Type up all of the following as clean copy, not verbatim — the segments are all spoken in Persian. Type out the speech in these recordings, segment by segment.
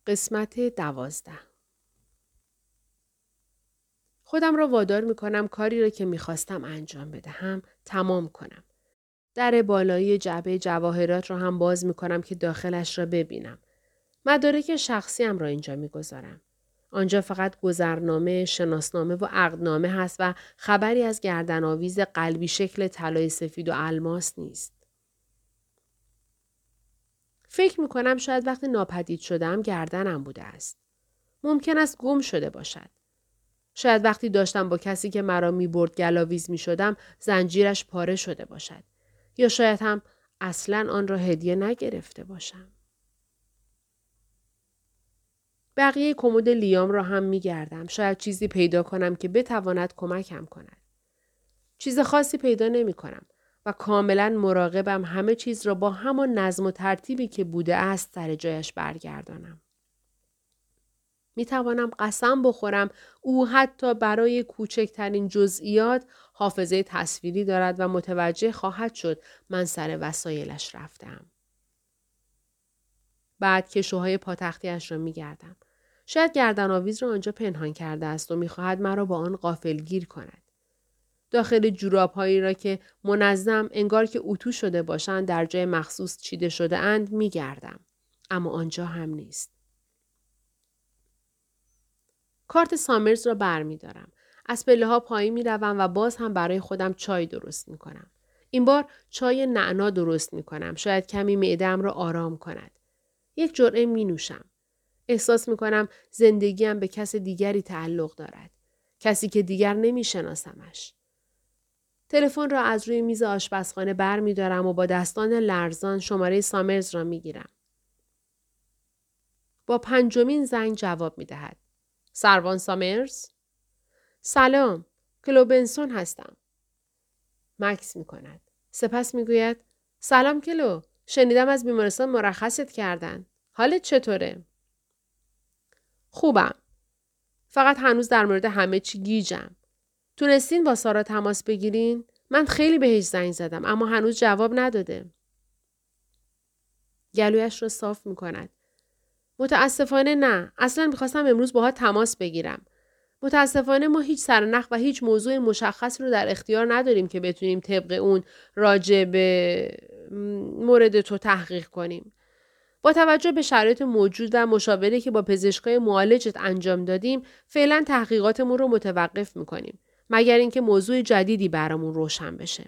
قسمت 12. خودم را وادار می کنم کاری را که می خواستم انجام بدهم تمام کنم. در بالایی جعبه جواهرات را هم باز می کنم که داخلش را ببینم. مدارک شخصیم را اینجا می گذارم. آنجا فقط گذرنامه، شناسنامه و عقدنامه هست و خبری از گردن‌آویز قلبی شکل طلای سفید و الماس نیست. فکر می کنم شاید وقتی ناپدید شدم گردنم بوده است. ممکن است گم شده باشد. شاید وقتی داشتم با کسی که مرا می برد گلاویز می شدم زنجیرش پاره شده باشد. یا شاید هم اصلاً آن را هدیه نگرفته باشم. بقیه کمد لیام را هم می گردم. شاید چیزی پیدا کنم که بتواند کمکم کند. چیز خاصی پیدا نمی کنم و کاملا مراقبم همه چیز را با همان نظم و ترتیبی که بوده است سر جایش برگردانم. می توانم قسم بخورم او حتی برای کوچکترین جزئیات حافظه تصویری دارد و متوجه خواهد شد من سر وسایلش رفتم. بعد کشوهای پاتختیش را می گردم. شاید گردن‌آویز را آنجا پنهان کرده است و می خواهد مرا با آن غافلگیر کند. داخل جوراب‌هایی را که منظم انگار که اتو شده باشند در جای مخصوص چیده شده اند می گردم. اما آنجا هم نیست. کارت سامرز را برمی دارم. از پله‌ها پایین می روم و باز هم برای خودم چای درست می کنم. این بار چای نعنا درست می کنم. شاید کمی معده‌ام را آرام کند. یک جرعه می نوشم. احساس می کنم زندگیم به کس دیگری تعلق دارد. کسی که دیگر نمی شناسمش. تلفن را از روی میز آشپزخانه بر می دارم و با دستان لرزان شماره سامرز را می گیرم. با پنجمین زنگ جواب می دهد. سروان سامرز؟ سلام. کلو بنسون هستم. مکث می کند. سپس می گوید سلام کلو. شنیدم از بیمارستان مرخصت کردن. حالت چطوره؟ خوبم. فقط هنوز در مورد همه چی گیجم. تونستین با سارا تماس بگیرین؟ من خیلی بهش زنگ زدم اما هنوز جواب نداده. گلویش را صاف می کند. متاسفانه نه. اصلا میخواستم امروز باهات تماس بگیرم. متاسفانه ما هیچ سرنخ و هیچ موضوع مشخص رو در اختیار نداریم که بتونیم طبق اون راجع به مورد تو تحقیق کنیم. با توجه به شرایط موجود و مشاوره که با پزشکای معالجت انجام دادیم، فعلا تحقیقاتمون رو متوقف میکنیم. مگر اینکه موضوع جدیدی برامون روشن بشه.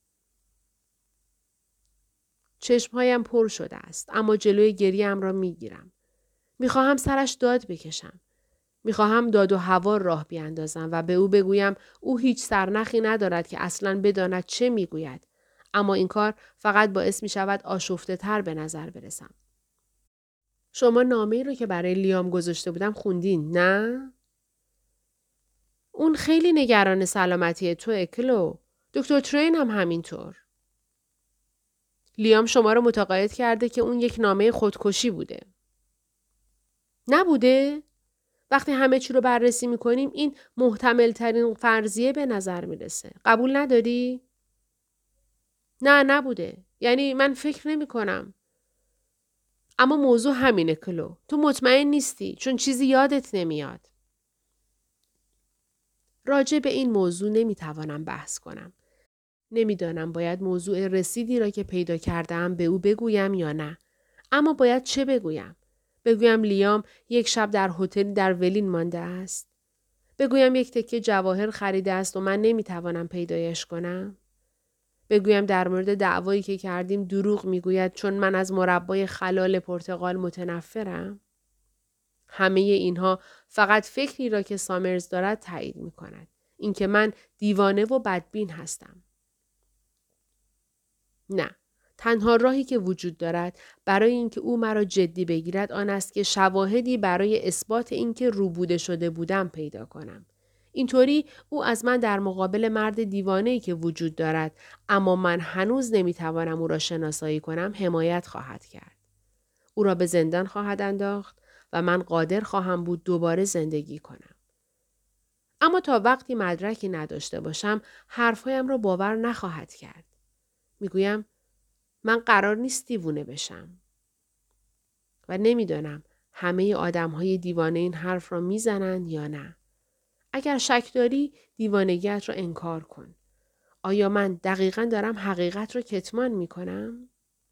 چشمهایم پر شده است، اما جلوی گریه‌ام را میگیرم. میخواهم سرش داد بکشم. میخواهم داد و هوار راه بیاندازم و به او بگویم او هیچ سرنخی ندارد که اصلاً بداند چه میگوید. اما این کار فقط باعث میشود آشفته تر به نظر برسم. شما نامه‌ای رو که برای لیام گذاشته بودم خوندین، نه؟ اون خیلی نگران سلامتی تو کلو. دکتر ترین هم همینطور. لیام شما رو متقاعد کرده که اون یک نامه خودکشی بوده. نبوده؟ وقتی همه چی رو بررسی میکنیم این محتمل ترین فرضیه به نظر میرسه. قبول نداری؟ نه نبوده. یعنی من فکر نمی کنم. اما موضوع همینه کلو. تو مطمئن نیستی چون چیزی یادت نمیاد. راجع به این موضوع نمیتوانم بحث کنم. نمیدانم باید موضوع رسیدی را که پیدا کردم به او بگویم یا نه. اما باید چه بگویم؟ بگویم لیام یک شب در هتلی در ولین مانده است. بگویم یک تکه جواهر خریده است و من نمیتوانم پیدایش کنم. بگویم در مورد دعوایی که کردیم دروغ میگوید چون من از مربای خلال پرتقال متنفرم. همه اینها فقط فکری را که سامرز دارد تایید میکند. اینکه من دیوانه و بدبین هستم. نه. تنها راهی که وجود دارد برای اینکه او مرا جدی بگیرد آن است که شواهدی برای اثبات اینکه روبوده شده بودم پیدا کنم. اینطوری او از من در مقابل مرد دیوانه‌ای که وجود دارد اما من هنوز نمیتوانم او را شناسایی کنم حمایت خواهد کرد. او را به زندان خواهد انداخت و من قادر خواهم بود دوباره زندگی کنم. اما تا وقتی مدرکی نداشته باشم حرفهایم را باور نخواهد کرد. میگویم من قرار نیست دیوونه بشم. و نمیدانم همه آدم‌های دیوانه این حرف را میزنند یا نه؟ اگر شک داری دیوانگیت را انکار کن. آیا من دقیقاً دارم حقیقت را کتمان میکنم؟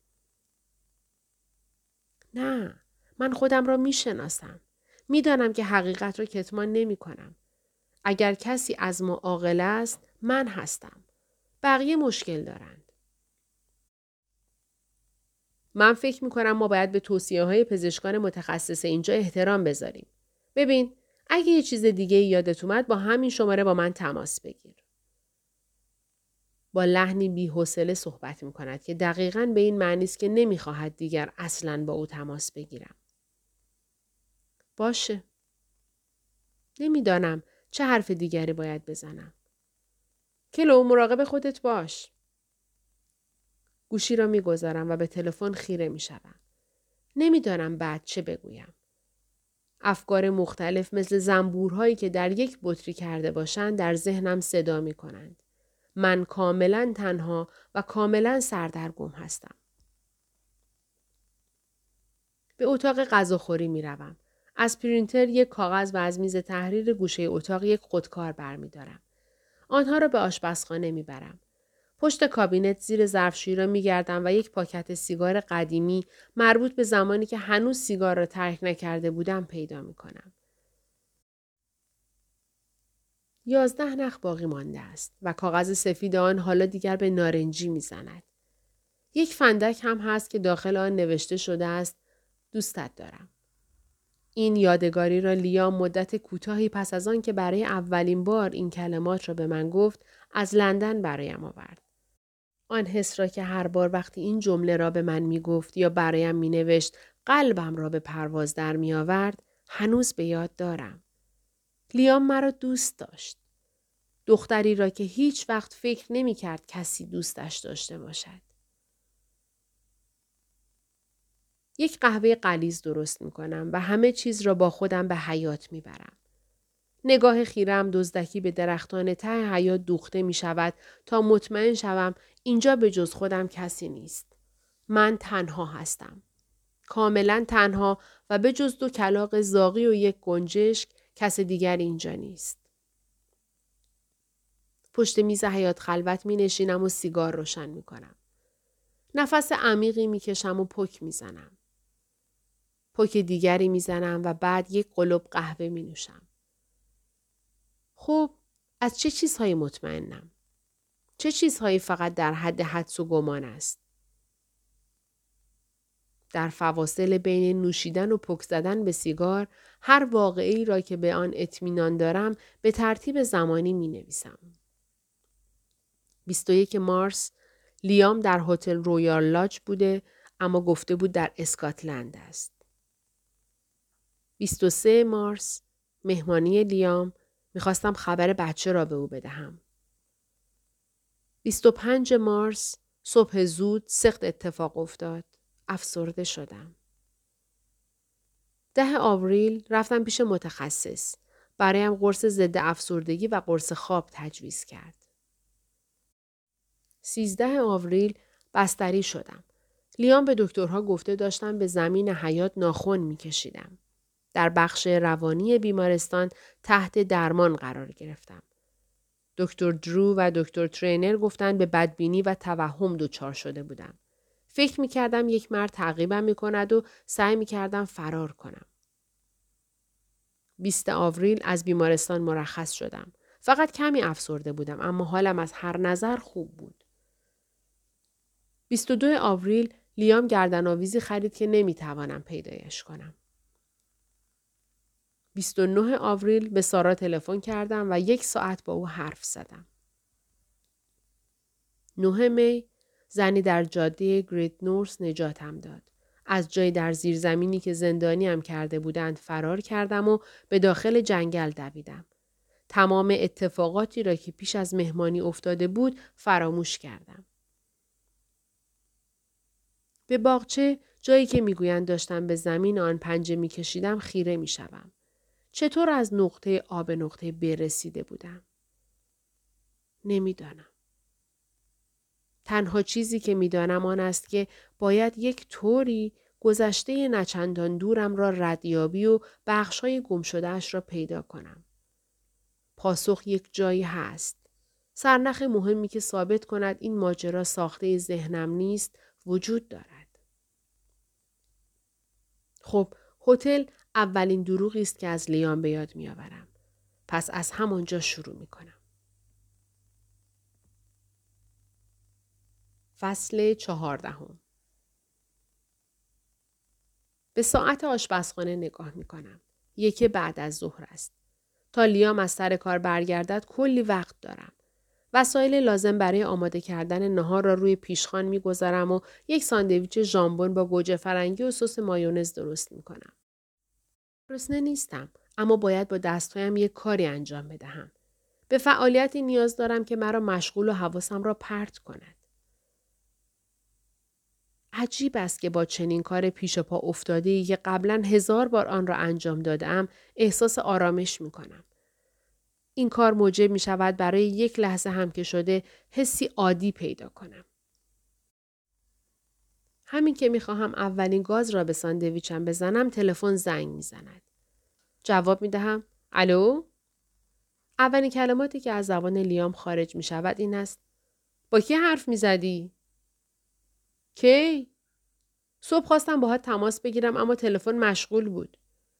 نه، من خودم را میشناسم. میدانم که حقیقت را کتمان نمی کنم. اگر کسی از ما عاقل است، من هستم. بقیه مشکل دارند. من فکر میکنم ما باید به توصیه‌های پزشکان متخصص اینجا احترام بذاریم. ببین، اگه یه چیز دیگه یادت اومد با همین شماره با من تماس بگیر. با لحنی بی‌حوصله صحبت میکند که دقیقاً به این معنی است که نمیخواهد دیگر اصلاً با او تماس بگیرم. باشه. نمیدانم چه حرف دیگری باید بزنم. کلو، مراقب خودت باش. گوشی را میگذارم و به تلفن خیره میشوم. نمیدانم بعد چه بگویم. افکار مختلف مثل زنبورهایی که در یک بطری کرده باشند در ذهنم صدا می کنند. من کاملا تنها و کاملا سردرگم هستم. به اتاق غذاخوری می روم. از پرینتر یک کاغذ و از میز تحریر گوشه اتاق یک خودکار برمی دارم. آنها را به آشپزخانه می برم. پشت کابینت زیر ظرفشویی را می گردم و یک پاکت سیگار قدیمی مربوط به زمانی که هنوز سیگار را ترک نکرده بودم پیدا می کنم. 11 نخ باقی مانده است و کاغذ سفید آن حالا دیگر به نارنجی می زند. یک فندک هم هست که داخل آن نوشته شده است دوستت دارم. این یادگاری را لیام مدت کوتاهی پس از آن که برای اولین بار این کلمات را به من گفت از لندن برایم آورد. آن حس را که هر بار وقتی این جمله را به من می گفت یا برایم می نوشت قلبم را به پرواز در می آورد هنوز به یاد دارم. لیام مرا دوست داشت. دختری را که هیچ وقت فکر نمی کرد کسی دوستش داشته باشد. یک قهوه غلیظ درست می کنم و همه چیز را با خودم به حیاط می برم. نگاه خیرم دزدکی به درختان ته حیاط دوخته می شود تا مطمئن شوم اینجا به جز خودم کسی نیست. من تنها هستم. کاملا تنها و به جز 2 کلاغ زاغی و یک گنجشک کس دیگر اینجا نیست. پشت میز حیاط خلوت می نشینم و سیگار روشن می کنم. نفس عمیقی می کشم و پک می زنم. پک دیگری می زنم و بعد یک قلوب قهوه می نوشم. خب، از چه چیزهایی مطمئنم؟ چه چیزهایی فقط در حد حدس و گمان است؟ در فواصل بین نوشیدن و پک زدن به سیگار، هر واقعی را که به آن اطمینان دارم به ترتیب زمانی می نویسم. 21 مارس، لیام در هتل رویال لاج بوده اما گفته بود در اسکاتلند است. 23 مارس، مهمانی لیام، میخواستم خبر بچه را به او بدهم. 25 مارس، صبح زود سخت اتفاق افتاد. افسرده شدم. 10 آوریل رفتم پیش متخصص. برایم قرص ضد افسردگی و قرص خواب تجویز کرد. 13 آوریل بستری شدم. لیام به دکترها گفته داشتم به زمین حیاط ناخن میکشیدم. در بخش روانی بیمارستان تحت درمان قرار گرفتم. دکتر درو و دکتر ترینر گفتند به بدبینی و توهم دچار شده بودم. فکر میکردم یک مرد تعقیبم میکند و سعی میکردم فرار کنم. 20 آوریل از بیمارستان مرخص شدم. فقط کمی افسرده بودم اما حالم از هر نظر خوب بود. 22 آوریل لیام گردن‌آویزی خرید که نمیتوانم پیدایش کنم. 29 آوریل به سارا تلفن کردم و 1 ساعت با او حرف زدم. 9 می زنی در جاده گریت نورس نجاتم داد. از جای در زیرزمینی که زندانیم کرده بودند فرار کردم و به داخل جنگل دویدم. تمام اتفاقاتی را که پیش از مهمانی افتاده بود فراموش کردم. به باغچه، جایی که میگویند داشتم به زمین آن پنجه میکشیدم خیره میشوم. چطور از نقطه A به نقطه B رسیده بودم؟ نمیدانم. تنها چیزی که میدانم آن است که باید یک طوری گذشته نچندان دورم را ردیابی و بخش‌های گم شده‌اش را پیدا کنم. پاسخ یک جایی هست. سرنخ مهمی که ثابت کند این ماجرا ساخته ذهنم نیست وجود دارد. خب هتل اولین دروغی است که از لیام به یاد می‌آورم. پس از همانجا شروع می‌کنم. فصل 14. به ساعت آشپزخانه نگاه می‌کنم. 1 بعد از ظهر است. تا لیام از سر کار برگردد کلی وقت دارم. وسایل لازم برای آماده کردن نهار را روی پیشخوان می‌گذارم و یک ساندویچ ژامبون با گوجه فرنگی و سس مایونز درست می‌کنم. گرسنه نیستم، اما باید با دستهایم یک کاری انجام بدهم. به فعالیتی نیاز دارم که مرا مشغول و حواسم را پرت کند. عجیب است که با چنین کار پیش پا افتاده‌ای که قبلا 1000 بار آن را انجام داده‌ام احساس آرامش می‌کنم. این کار موجب می‌شود برای یک لحظه هم که شده حسی عادی پیدا کنم. همین که می‌خواهم اولین گاز را به ساندویچم بزنم تلفن زنگ می‌زند. جواب می‌دهم الو؟ اولین کلماتی که از زبان لیام خارج می‌شود این است: با کی حرف می‌زدی؟ کی؟ صبح خواستم باهات تماس بگیرم اما تلفن مشغول بود.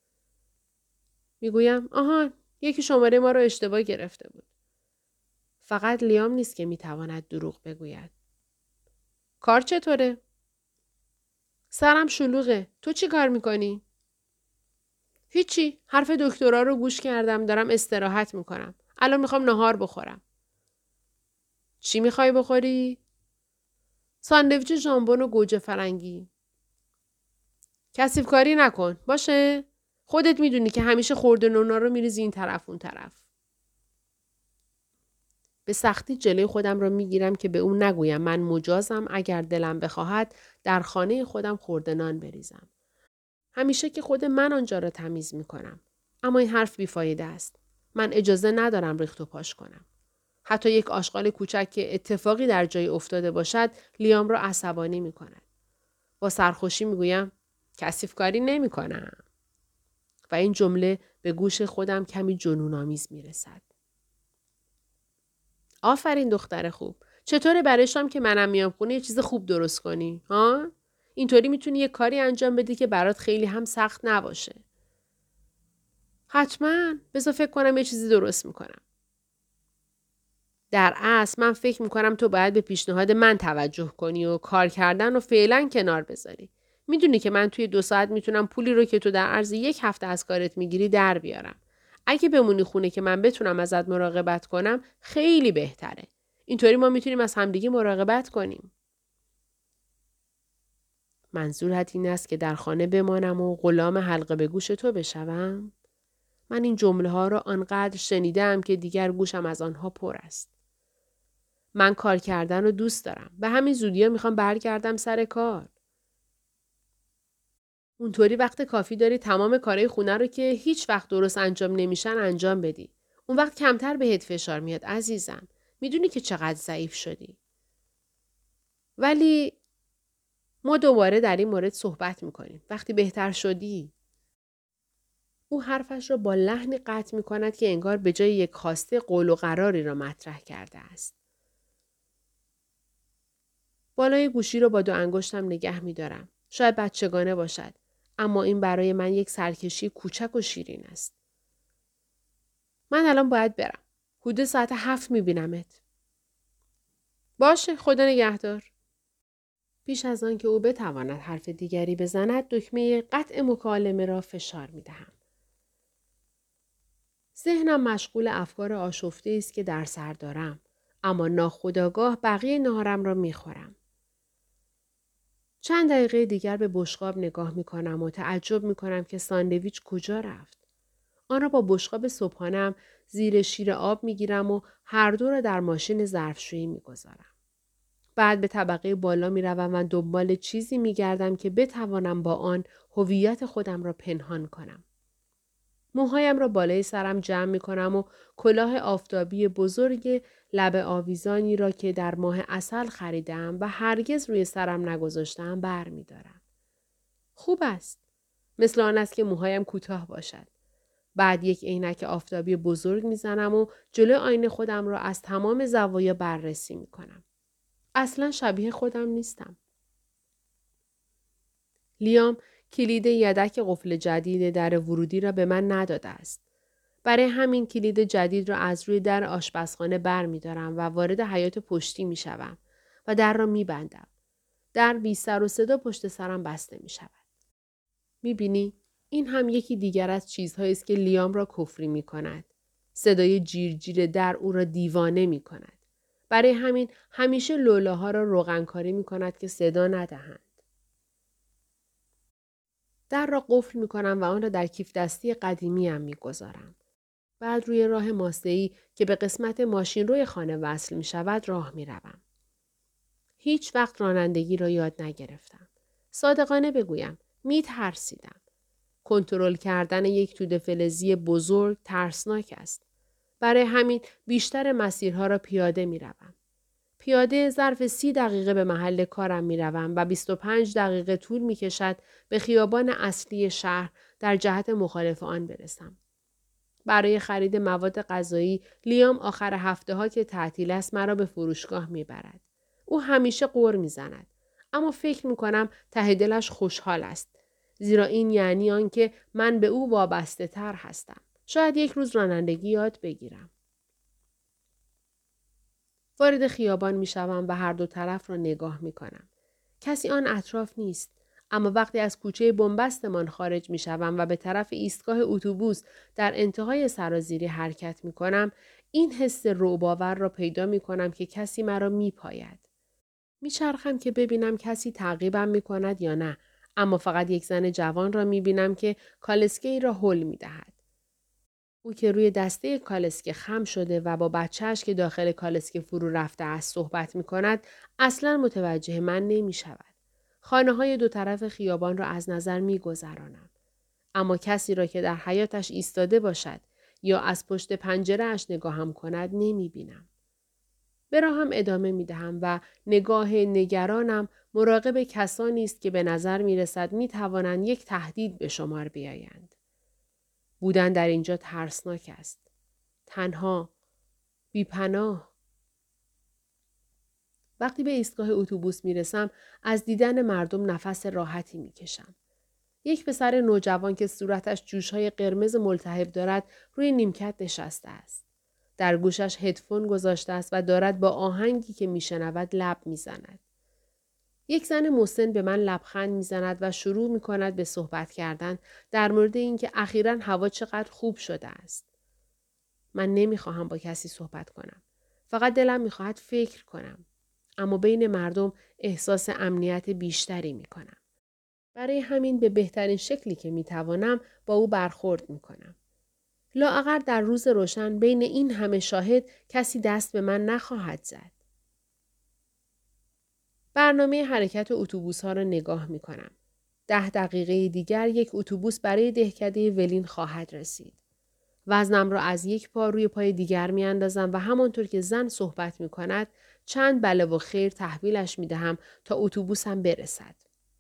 میگویم آهان یکی شماره ما رو اشتباه گرفته بود. فقط لیام نیست که میتواند دروغ بگوید. کار چطوره؟ سرم شلوغه. تو چی کار میکنی؟ هیچی. حرف دکترا رو گوش کردم دارم استراحت میکنم. الان میخوام نهار بخورم. چی میخوای بخوری؟ ساندویچ ژامبون و گوجه فرنگی. کثیف کاری نکن. باشه؟ خودت میدونی که همیشه خورده نونا رو میریزی این طرف اون طرف. به سختی جلوی خودم را میگیرم که به اون نگویم من مجازم اگر دلم بخواهد در خانه خودم خورده نان بریزم. همیشه که خود من آنجا را تمیز میکنم. اما این حرف بیفایده است. من اجازه ندارم ریخت و پاش کنم. حتی یک آشغال کوچک که اتفاقی در جای افتاده باشد لیام را عصبانی میکند. با سرخوشی میگویم کثیف کاری نمیکنم. و این جمله به گوش خودم کمی جنون‌آمیز میرسد. آفرین دختر خوب. چطوره برای شام که منم میام خونه یه چیز خوب درست کنی؟ ها؟ اینطوری میتونی یه کاری انجام بدی که برات خیلی هم سخت نباشه. حتما. بذار فکر کنم یه چیزی درست میکنم. در اصل من فکر میکنم تو باید به پیشنهاد من توجه کنی و کار کردن رو فعلا کنار بذاری. میدونی که من توی 2 ساعت میتونم پولی رو که تو در عرض 1 هفته از کارت میگیری در بیارم. اگه بمونی خونه که من بتونم ازت مراقبت کنم خیلی بهتره. اینطوری ما میتونیم از همدیگه مراقبت کنیم. منظورت این است که در خانه بمانم و غلام حلقه به گوش تو بشوم؟ من این جمله ها را آنقدر شنیدم که دیگر گوشم از آنها پر است. من کار کردن رو دوست دارم. به همین زودی ها میخوام برگردم سر کار. اونطوری وقت کافی داری تمام کارهای خونه رو که هیچ وقت درست انجام نمیشن انجام بدی. اون وقت کمتر بهت فشار میاد عزیزم. میدونی که چقدر ضعیف شدی. ولی ما دوباره در این مورد صحبت میکنیم. وقتی بهتر شدی. او حرفش را با لحنی قطع میکند که انگار به جای یک خواسته قول و قراری را مطرح کرده است. بالای گوشی را با 2 انگشتم نگه می‌دارم. شاید بچگانه باشد، اما این برای من یک سرکشی کوچک و شیرین است. من الان باید برم. حدود ساعت 7 می‌بینمت. باشه، خدا نگهدار. پیش از آن که او بتواند حرف دیگری بزند، دکمه قطع مکالمه را فشار می‌دهم. ذهنم مشغول افکار آشفته است که در سر دارم، اما ناخودآگاه بقیه نهارم را می‌خورم. چند دقیقه دیگر به بشقاب نگاه می کنم و تعجب می کنم که ساندویچ کجا رفت. آن را با بشقاب صبحانه‌ام زیر شیر آب می گیرم و هر دو را در ماشین ظرفشویی می گذارم. بعد به طبقه بالا می روم و دنبال چیزی می گردم که بتوانم با آن هویت خودم را پنهان کنم. موهایم را بالای سرم جمع می کنم و کلاه آفتابی بزرگ لب آویزانی را که در ماه عسل خریدم و هرگز روی سرم نگذاشتم بر می دارم. خوب است. مثل آن است که موهایم کوتاه باشد. بعد یک عینک آفتابی بزرگ میزنم و جلوی آینه خودم را از تمام زوایا بررسی میکنم. اصلا شبیه خودم نیستم. لیام کلید یدک قفل جدید در ورودی را به من نداده است. برای همین کلید جدید را از روی در آشپزخانه بر می دارم و وارد حیاط پشتی می شوم و در را می بندم. در بی سر و صدا پشت سرم بسته می شود. می بینی؟ این هم یکی دیگر از چیزهایی است که لیام را کفری می کند. صدای جیر جیر در او را دیوانه می کند. برای همین همیشه لولاها را روغنکاری می کند که صدا ندهند. در را قفل می کنم و آن را در کیف دستی قدیمیم می گذارم. بعد روی راه ماسه‌ای که به قسمت ماشین روی خانه وصل می شود راه می روم. هیچ وقت رانندگی را یاد نگرفتم. صادقانه بگویم می ترسیدم. کنترل کردن یک توده فلزی بزرگ ترسناک است. برای همین بیشتر مسیرها را پیاده می روم. پیاده ظرف 30 دقیقه به محل کارم می روم و 25 دقیقه طول می کشد به خیابان اصلی شهر در جهت مخالف آن برسم. برای خرید مواد غذایی لیام آخر هفته ها که تعطیل است مرا به فروشگاه می برد. او همیشه غر می زند. اما فکر می کنم ته دلش خوشحال است. زیرا این یعنی آنکه من به او وابسته تر هستم. شاید یک روز رانندگی یاد بگیرم. وارد خیابان می شوم و هر دو طرف را نگاه می کنم. کسی آن اطراف نیست. اما وقتی از کوچه بنبستمان خارج می شوم و به طرف ایستگاه اتوبوس در انتهای سرازیری حرکت می کنم، این حس رعب‌آور را پیدا می کنم که کسی مرا می پاید. می چرخم که ببینم کسی تعقیبم می کند یا نه، اما فقط یک زن جوان را می بینم که کالسکه‌ای را هل می دهد. او که روی دسته کالسکه خم شده و با بچهش که داخل کالسکه فرو رفته است صحبت می کند، اصلا متوجه من نمی شود. خانه های دو طرف خیابان را از نظر می گذرانم. اما کسی را که در حیاتش ایستاده باشد یا از پشت پنجره اش نگاهم کند نمی بینم. به راهم ادامه می دهم و نگاه نگرانم مراقب کسانی است که به نظر می رسد می توانند یک تهدید به شمار بیایند. بودن در اینجا ترسناک است. تنها، بی‌پناه. وقتی به ایستگاه اتوبوس میرسم از دیدن مردم نفس راحتی میکشم. یک پسر نوجوان که صورتش جوشهای قرمز ملتهب دارد روی نیمکت نشسته است. در گوشش هدفون گذاشته است و دارد با آهنگی که میشنود لب میزند. یک زن مسن به من لبخند میزند و شروع میکند به صحبت کردن در مورد اینکه اخیراً هوا چقدر خوب شده است. من نمیخواهم با کسی صحبت کنم. فقط دلم میخواهد فکر کنم. اما بین مردم احساس امنیت بیشتری میکنم. برای همین به بهترین شکلی که میتوانم با او برخورد میکنم. لااقل در روز روشن بین این همه شاهد کسی دست به من نخواهد زد. برنامه حرکت اتوبوس‌ها را نگاه می‌کنم. 10 دقیقه دیگر یک اتوبوس برای دهکده ولین خواهد رسید. وزنم را از یک پا روی پای دیگر می‌اندازم و همانطور که زن صحبت می‌کند چند بله و خیر تحویلش می‌دهم تا اتوبوسم برسد.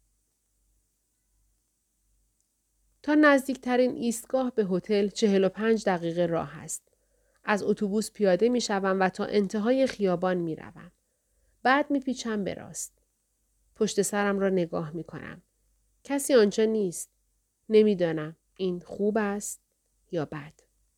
تا نزدیکترین ایستگاه به هتل 45 دقیقه راه است. از اتوبوس پیاده می‌شوم و تا انتهای خیابان می‌روم. بعد می‌پیچم به راست. پشت سرم را نگاه می‌کنم. کسی آنجا نیست. نمی‌دانم این خوب است یا بد.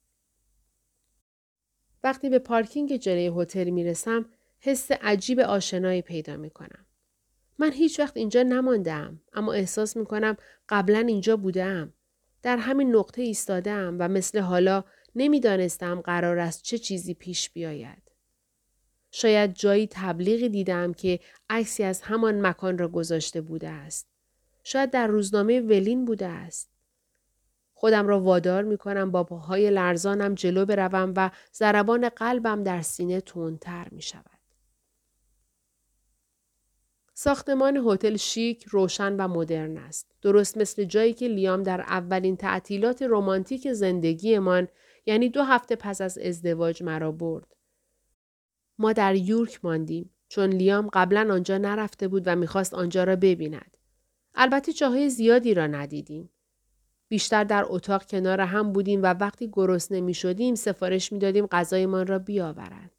وقتی به پارکینگ جلوی هتل می‌رسم، حس عجیب آشنایی پیدا می‌کنم. من هیچ وقت اینجا نماندم، اما احساس می‌کنم قبلا اینجا بودم. در همین نقطه ایستادم و مثل حالا نمی‌دانستم قرار است چه چیزی پیش بیاید. شاید جایی تبلیغی دیدم که عکسی از همان مکان را گذاشته بوده است. شاید در روزنامه ولین بوده است. خودم را وادار می کنم با پاهای لرزانم جلو بروم و ضربان قلبم در سینه تندتر می شود. ساختمان هتل شیک، روشن و مدرن است. درست مثل جایی که لیام در اولین تعطیلات رمانتیک زندگیمان، یعنی 2 هفته پس از ازدواج مرا برد. ما در یورک ماندیم چون لیام قبلا آنجا نرفته بود و میخواست آنجا را ببیند. البته جاهای زیادی را ندیدیم. بیشتر در اتاق کنار هم بودیم و وقتی گرسنه می شدیم سفارش می دادیم غذایمان را بیاورد.